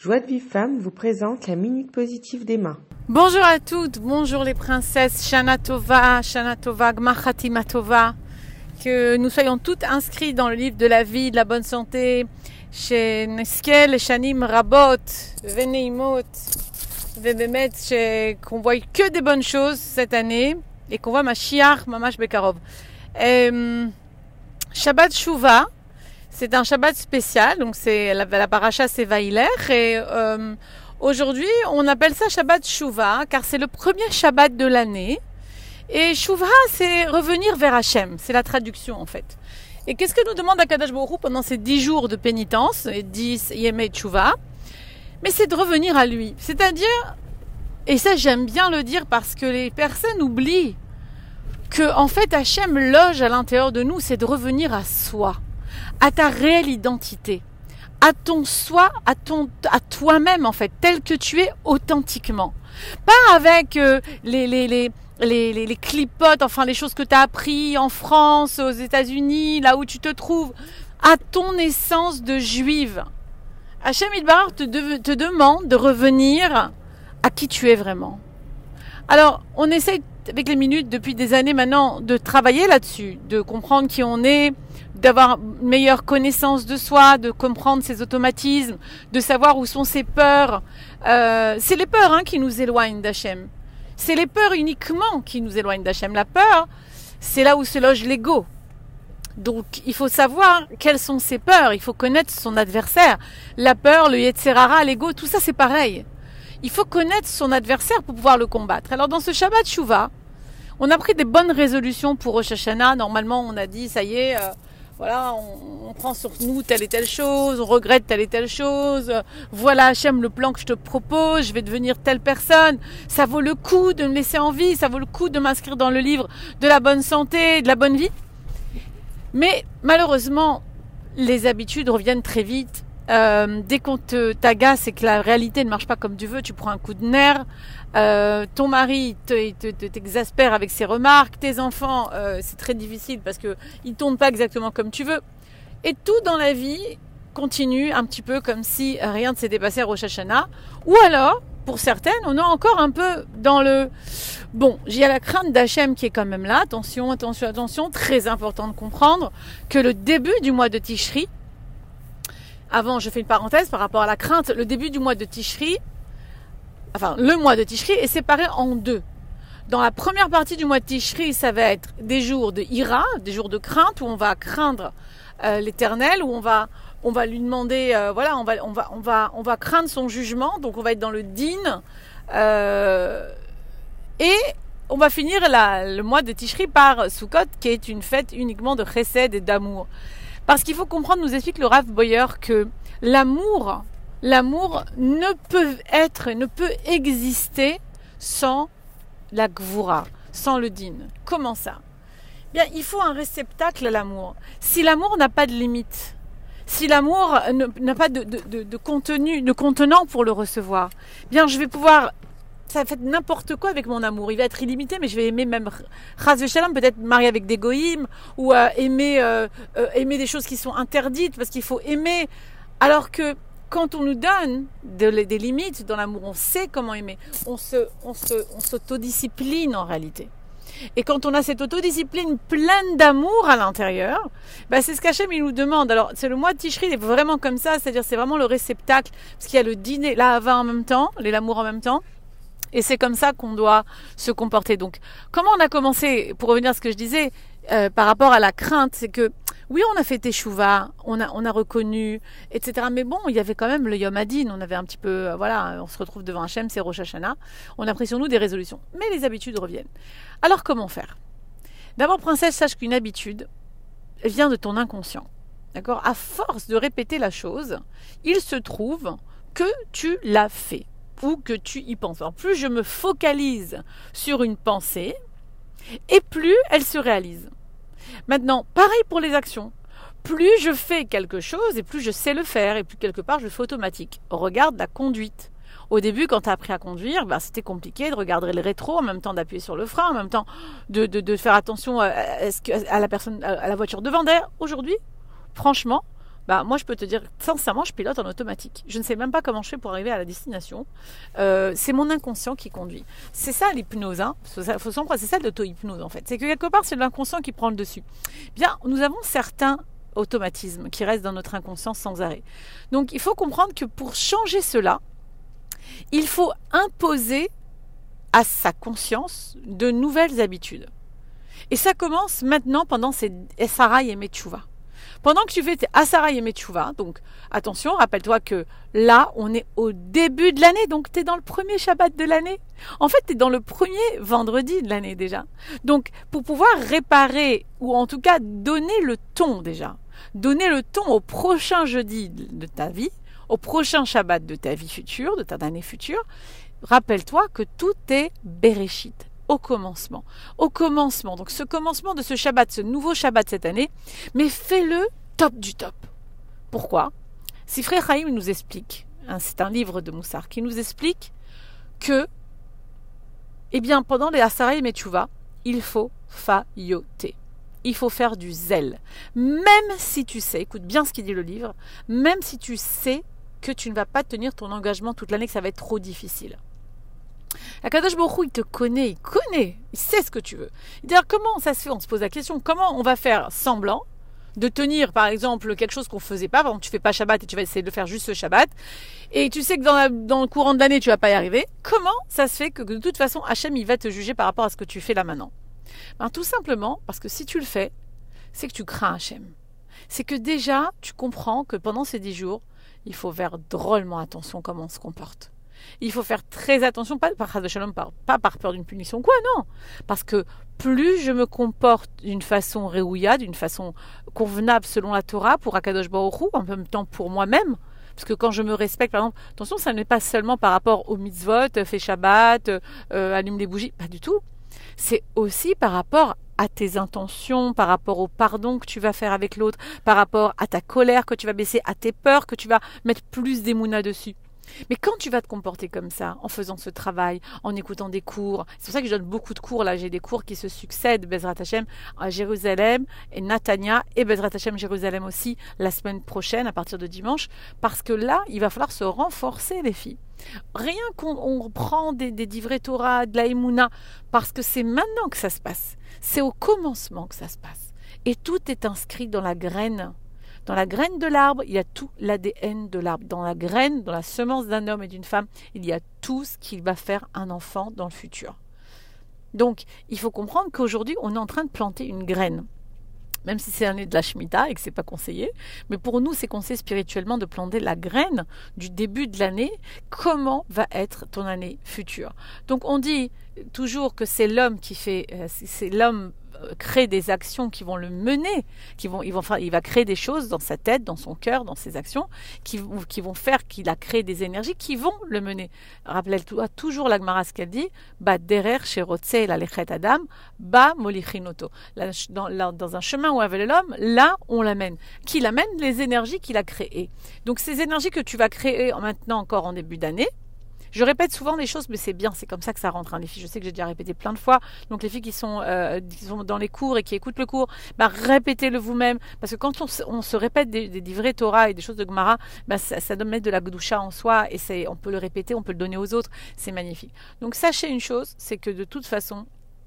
Joie de Vive Femme vous présente la Minute Positive d'Emma. Bonjour à toutes, bonjour les princesses, Shana Tova, Gmar Chatima Tova. Que nous soyons toutes inscrites dans le livre de la vie, de la bonne santé, chez Neskel, Shanim Rabot, Veneimot, Vebemet, qu'on voit que des bonnes choses cette année et qu'on voit Mashiach, Mamash Bekarov. Shabbat Shuvah, c'est un Shabbat spécial, donc c'est la paracha c'est Vaïler et aujourd'hui on appelle ça Shabbat Shuvah car c'est le premier Shabbat de l'année. Et Shuvah, c'est revenir vers Hachem. C'est la traduction, en fait. Et qu'est-ce que nous demande Akadosh Baruch Hu pendant ces 10 jours de pénitence, et 10 Yemei Shuvah? Mais c'est de revenir à lui. C'est-à-dire, et ça j'aime bien le dire parce que les personnes oublient que, en fait, Hachem loge à l'intérieur de nous, c'est de revenir à soi, à ta réelle identité, à ton soi, à toi-même, en fait, tel que tu es authentiquement. Pas avec les clipotes, enfin les choses que tu as appris en France, aux États-Unis, là où tu te trouves, à ton essence de juive. Hachem Yitbarach te demande de revenir à qui tu es vraiment. Alors, on essaye avec les minutes depuis des années maintenant de travailler là-dessus, de comprendre qui on est, d'avoir une meilleure connaissance de soi, de comprendre ses automatismes, de savoir où sont ses peurs. C'est les peurs qui nous éloignent d'Hachem. C'est les peurs uniquement qui nous éloignent d'Hachem. La peur, c'est là où se loge l'ego. Donc, il faut savoir quelles sont ses peurs. Il faut connaître son adversaire. La peur, le Yetzer Hara, l'ego, tout ça, c'est pareil. Il faut connaître son adversaire pour pouvoir le combattre. Alors, dans ce Shabbat Shuvah, on a pris des bonnes résolutions pour Rosh Hashanah. Normalement, on a dit, ça y est, voilà, on prend sur nous telle et telle chose, on regrette telle et telle chose. Voilà, Hachem, le plan que je te propose, je vais devenir telle personne. Ça vaut le coup de me laisser en vie, ça vaut le coup de m'inscrire dans le livre de la bonne santé, de la bonne vie. Mais malheureusement, les habitudes reviennent très vite. Dès qu'on t'agace et que la réalité ne marche pas comme tu veux, tu prends un coup de nerf. Ton mari t'exaspère avec ses remarques, tes enfants, c'est très difficile parce que ils tournent pas exactement comme tu veux. Et tout dans la vie continue un petit peu comme si rien ne s'était passé à Rosh Hashanah. Ou alors, pour certaines, on est encore un peu dans le... Bon, il y a la crainte d'Hachem qui est quand même là. Attention, très important de comprendre que le début du mois de Tishri, avant, je fais une parenthèse par rapport à la crainte, le début du mois de Tishri, le mois de Tishri est séparé en deux. Dans la première partie du mois de Tishri, ça va être des jours de ira, des jours de crainte où on va craindre l'Éternel, où on va lui demander, on va craindre son jugement, donc on va être dans le din, et on va finir le mois de Tishri par Sukkot, qui est une fête uniquement de chesed et d'amour. Parce qu'il faut comprendre, nous explique le Rav Boyer que l'amour ne peut exister sans la gvura, sans le din. Comment ça? Bien, il faut un réceptacle à l'amour. Si l'amour n'a pas de limite, si l'amour n'a pas de contenu, de contenant pour le recevoir, bien, je vais pouvoir... Ça fait n'importe quoi avec mon amour. Il va être illimité, mais je vais aimer même Chas v'Shalom, peut-être marier avec des goïms, ou aimer des choses qui sont interdites, parce qu'il faut aimer. Alors que quand on nous donne des limites dans l'amour, on sait comment aimer. On s'autodiscipline en réalité. Et quand on a cette autodiscipline pleine d'amour à l'intérieur, c'est ce qu'Hachem il nous demande. Alors c'est le mois de Tishri, il est vraiment comme ça, c'est-à-dire c'est vraiment le réceptacle, parce qu'il y a le dîner, l'ahava en même temps, l'amour en même temps. Et c'est comme ça qu'on doit se comporter. Donc, comment on a commencé, pour revenir à ce que je disais, par rapport à la crainte, c'est que, oui, on a fait Teshuvah, on a reconnu, etc. Mais bon, il y avait quand même le Yom Hadin, on avait un petit peu, on se retrouve devant Hachem, c'est Rosh Hashanah, on a pris sur nous des résolutions. Mais les habitudes reviennent. Alors, comment faire? D'abord, princesse, sache qu'une habitude vient de ton inconscient. D'accord? À force de répéter la chose, il se trouve que tu l'as fait. Ou que tu y penses. Alors, plus je me focalise sur une pensée, et plus elle se réalise. Maintenant, pareil pour les actions. Plus je fais quelque chose, et plus je sais le faire, et plus quelque part je le fais automatique. Regarde la conduite. Au début, quand tu as appris à conduire, c'était compliqué de regarder le rétro, en même temps d'appuyer sur le frein, en même temps de faire attention à la personne, à la voiture devant. D'ailleurs, aujourd'hui, franchement, Bah, moi, je peux te dire, sincèrement, je pilote en automatique. Je ne sais même pas comment je fais pour arriver à la destination. C'est mon inconscient qui conduit. C'est ça l'hypnose, hein. C'est ça l'auto-hypnose, en fait. C'est que quelque part, c'est l'inconscient qui prend le dessus. Bien, nous avons certains automatismes qui restent dans notre inconscient sans arrêt. Donc, il faut comprendre que pour changer cela, il faut imposer à sa conscience de nouvelles habitudes. Et ça commence maintenant pendant ces Sarah et Metchouva. Pendant que tu fais tes Asara et Tchouva, donc attention, rappelle-toi que là, on est au début de l'année, donc tu es dans le premier Shabbat de l'année. En fait, tu es dans le premier vendredi de l'année déjà. Donc, pour pouvoir réparer, ou en tout cas donner le ton déjà, donner le ton au prochain jeudi de ta vie, au prochain Shabbat de ta vie future, de ta année future, rappelle-toi que tout est Bereshit. Au commencement. Donc ce commencement de ce Shabbat, ce nouveau Shabbat cette année, mais fais-le top du top. Pourquoi? Sifrei Chaim nous explique, hein, c'est un livre de Moussar qui nous explique que, eh bien, pendant les Asara et Metchouva, il faut fayoter. Il faut faire du zèle. Même si tu sais, écoute bien ce qu'il dit le livre, même si tu sais que tu ne vas pas tenir ton engagement toute l'année, que ça va être trop difficile. Akadosh Baruch Hu, il sait ce que tu veux. Il dit alors comment ça se fait? On se pose la question, comment on va faire semblant de tenir par exemple quelque chose qu'on ne faisait pas, par exemple tu fais pas Shabbat et tu vas essayer de faire juste ce Shabbat, et tu sais que dans le courant de l'année tu vas pas y arriver. Comment ça se fait que de toute façon Hachem il va te juger par rapport à ce que tu fais là maintenant? Ben, tout simplement parce que si tu le fais, c'est que tu crains Hachem. C'est que déjà tu comprends que pendant ces 10 jours, il faut faire drôlement attention comment on se comporte. Il faut faire très attention, pas par peur d'une punition, quoi, non. Parce que plus je me comporte d'une façon réouïa, d'une façon convenable selon la Torah, pour Akadosh Baruch Hu, en même temps pour moi-même, parce que quand je me respecte, par exemple, attention, ça n'est pas seulement par rapport aux mitzvot, fais Shabbat, allume les bougies, pas du tout. C'est aussi par rapport à tes intentions, par rapport au pardon que tu vas faire avec l'autre, par rapport à ta colère que tu vas baisser, à tes peurs que tu vas mettre plus d'émouna dessus. Mais quand tu vas te comporter comme ça, en faisant ce travail, en écoutant des cours, c'est pour ça que je donne beaucoup de cours, là j'ai des cours qui se succèdent, Bezrat Hashem à Jérusalem, et Natania, et Bezrat Hashem Jérusalem aussi, la semaine prochaine, à partir de dimanche, parce que là, il va falloir se renforcer les filles. Rien qu'on prend des divrei Torah, de la Emouna, parce que c'est maintenant que ça se passe, c'est au commencement que ça se passe, et tout est inscrit dans la graine. Dans la graine de l'arbre, il y a tout l'ADN de l'arbre. Dans la graine, dans la semence d'un homme et d'une femme, il y a tout ce qui va faire un enfant dans le futur. Donc, il faut comprendre qu'aujourd'hui, on est en train de planter une graine. Même si c'est l'année de la Shemitah et que ce n'est pas conseillé. Mais pour nous, c'est conseillé spirituellement de planter la graine du début de l'année. Comment va être ton année future? Donc, on dit toujours que c'est l'homme qui fait... c'est l'homme crée des actions qui vont le mener, il va créer des choses dans sa tête, dans son cœur, dans ses actions, qui vont faire qu'il a créé des énergies qui vont le mener. Rappelle-toi toujours la Gemara ce qu'elle dit, ba derer sherotze la lechet adam, ba molichinoto. Dans un chemin où avait l'homme, là on l'amène. Qui l'amène? Les énergies qu'il a créées. Donc ces énergies que tu vas créer maintenant encore en début d'année. Je répète souvent des choses, mais c'est bien, c'est comme ça que ça rentre, hein, les filles. Je sais que j'ai déjà répété plein de fois. Donc les filles qui sont dans les cours et qui écoutent le cours, répétez-le vous-même. Parce que quand on se répète des divrei Torah et des choses de Gemara, ça donne mettre de la Gdusha en soi et on peut le répéter, on peut le donner aux autres. C'est magnifique. Donc sachez une chose, c'est que de toute façon,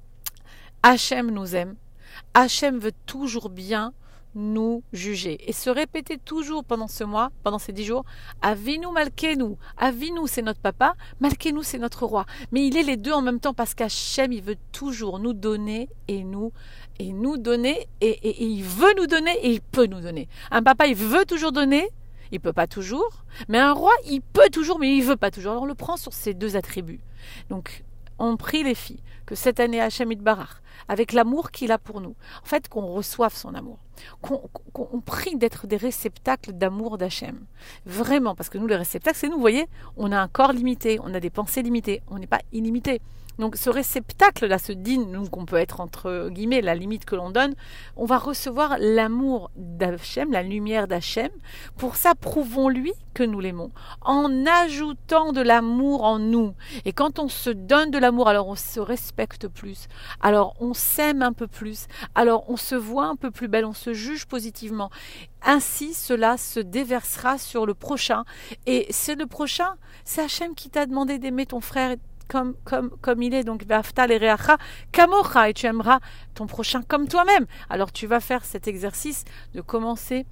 Hachem nous aime. Hachem veut toujours bien nous juger et se répéter toujours pendant ce mois, pendant ces 10 jours, Avinu Malkenu, Avinu c'est notre papa, Malkenu c'est notre roi, mais il est les deux en même temps parce qu'Hachem il veut toujours nous donner et nous donner et il veut nous donner et il peut nous donner. Un papa il veut toujours donner, il peut pas toujours, mais un roi il peut toujours mais il veut pas toujours. Alors on le prend sur ces deux attributs. Donc on prie les filles que cette année Hachem Yitbarach, avec l'amour qu'il a pour nous, en fait qu'on reçoive son amour, qu'on prie d'être des réceptacles d'amour d'Hachem. Vraiment, parce que nous les réceptacles, c'est nous, vous voyez, on a un corps limité, on a des pensées limitées, on n'est pas illimité. Donc ce réceptacle-là, ce din, nous qu'on peut être entre guillemets, la limite que l'on donne, on va recevoir l'amour d'Hachem, la lumière d'Hachem. Pour ça, prouvons-lui que nous l'aimons, en ajoutant de l'amour en nous. Et quand on se donne de l'amour, alors on se respecte plus, alors on s'aime un peu plus, alors on se voit un peu plus belle, on se juge positivement. Ainsi, cela se déversera sur le prochain. Et c'est le prochain, c'est Hachem qui t'a demandé d'aimer ton frère comme il est. Donc, Vafta l'ereacha kamocha, et tu aimeras ton prochain comme toi-même. Alors, tu vas faire cet exercice de commencer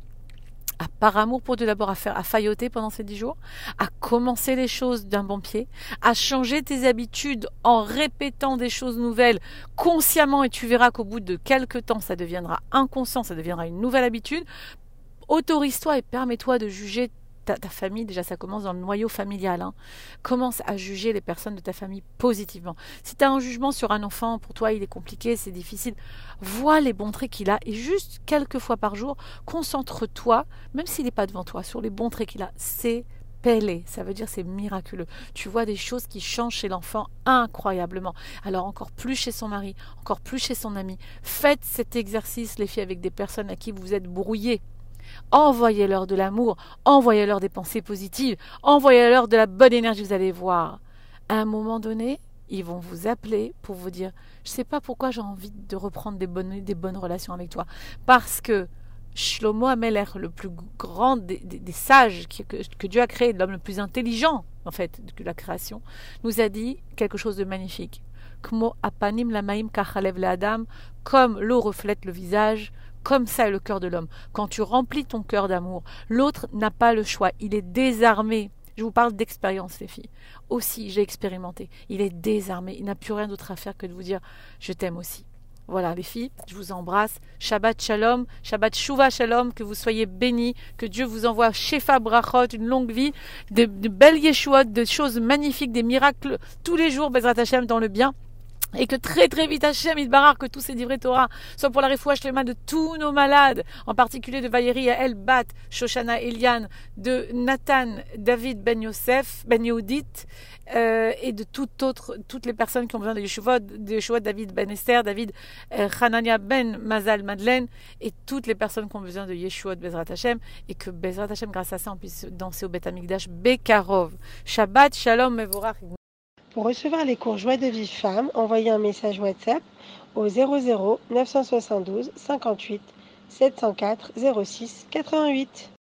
par amour pour Dieu d'abord à failloter pendant ces 10 jours, à commencer les choses d'un bon pied, à changer tes habitudes en répétant des choses nouvelles consciemment, et tu verras qu'au bout de quelques temps, ça deviendra inconscient, ça deviendra une nouvelle habitude. Autorise-toi et permets-toi de juger ta famille. Déjà, ça commence dans le noyau familial. Commence à juger les personnes de ta famille positivement. Si tu as un jugement sur un enfant, pour toi il est compliqué, c'est difficile, vois les bons traits qu'il a, et juste quelques fois par jour, concentre-toi, même s'il n'est pas devant toi, sur les bons traits qu'il a. C'est pélé, ça veut dire c'est miraculeux. Tu vois des choses qui changent chez l'enfant incroyablement. Alors encore plus chez son mari, encore plus chez son ami. Faites cet exercice, les filles, avec des personnes à qui vous êtes brouillées. Envoyez-leur de l'amour, envoyez-leur des pensées positives, envoyez-leur de la bonne énergie. Vous allez voir, à un moment donné, ils vont vous appeler pour vous dire « Je ne sais pas pourquoi j'ai envie de reprendre des bonnes relations avec toi. » Parce que Shlomo Ameler, le plus grand des sages que Dieu a créé, l'homme le plus intelligent en fait de la création, nous a dit quelque chose de magnifique. Kmo apanim lamaim kachalev le'adam, comme l'eau reflète le visage, comme ça est le cœur de l'homme. Quand tu remplis ton cœur d'amour, l'autre n'a pas le choix. Il est désarmé. Je vous parle d'expérience, les filles. Aussi, j'ai expérimenté. Il est désarmé. Il n'a plus rien d'autre à faire que de vous dire « Je t'aime aussi ». Voilà, les filles, je vous embrasse. Shabbat Shalom, Shabbat Shuva Shalom, que vous soyez bénis, que Dieu vous envoie Shefa Brachot, une longue vie, de belles Yeshuot, de choses magnifiques, des miracles tous les jours, Bezrat Hashem, dans le bien. Et que très très vite Hachem Yitbarach, que tous ces divrei Torah soient pour la refoua shlema de tous nos malades, en particulier de Vaïri, Yael, Bat, Shoshana, Eliane, de Nathan, David Ben Yosef, Ben Yehudit, et de toutes les personnes qui ont besoin de Yeshua, David Ben Esther, David Hanania Ben Mazal Madeleine, et toutes les personnes qui ont besoin de Yeshua de Bezrat Hashem, et que Bezrat Hashem, grâce à ça, on puisse danser au Bet Amikdash Bekarov. Shabbat Shalom Mevorach. Pour recevoir les cours Joie de Vive Femme, envoyez un message WhatsApp au 00 972 58 704 06 88.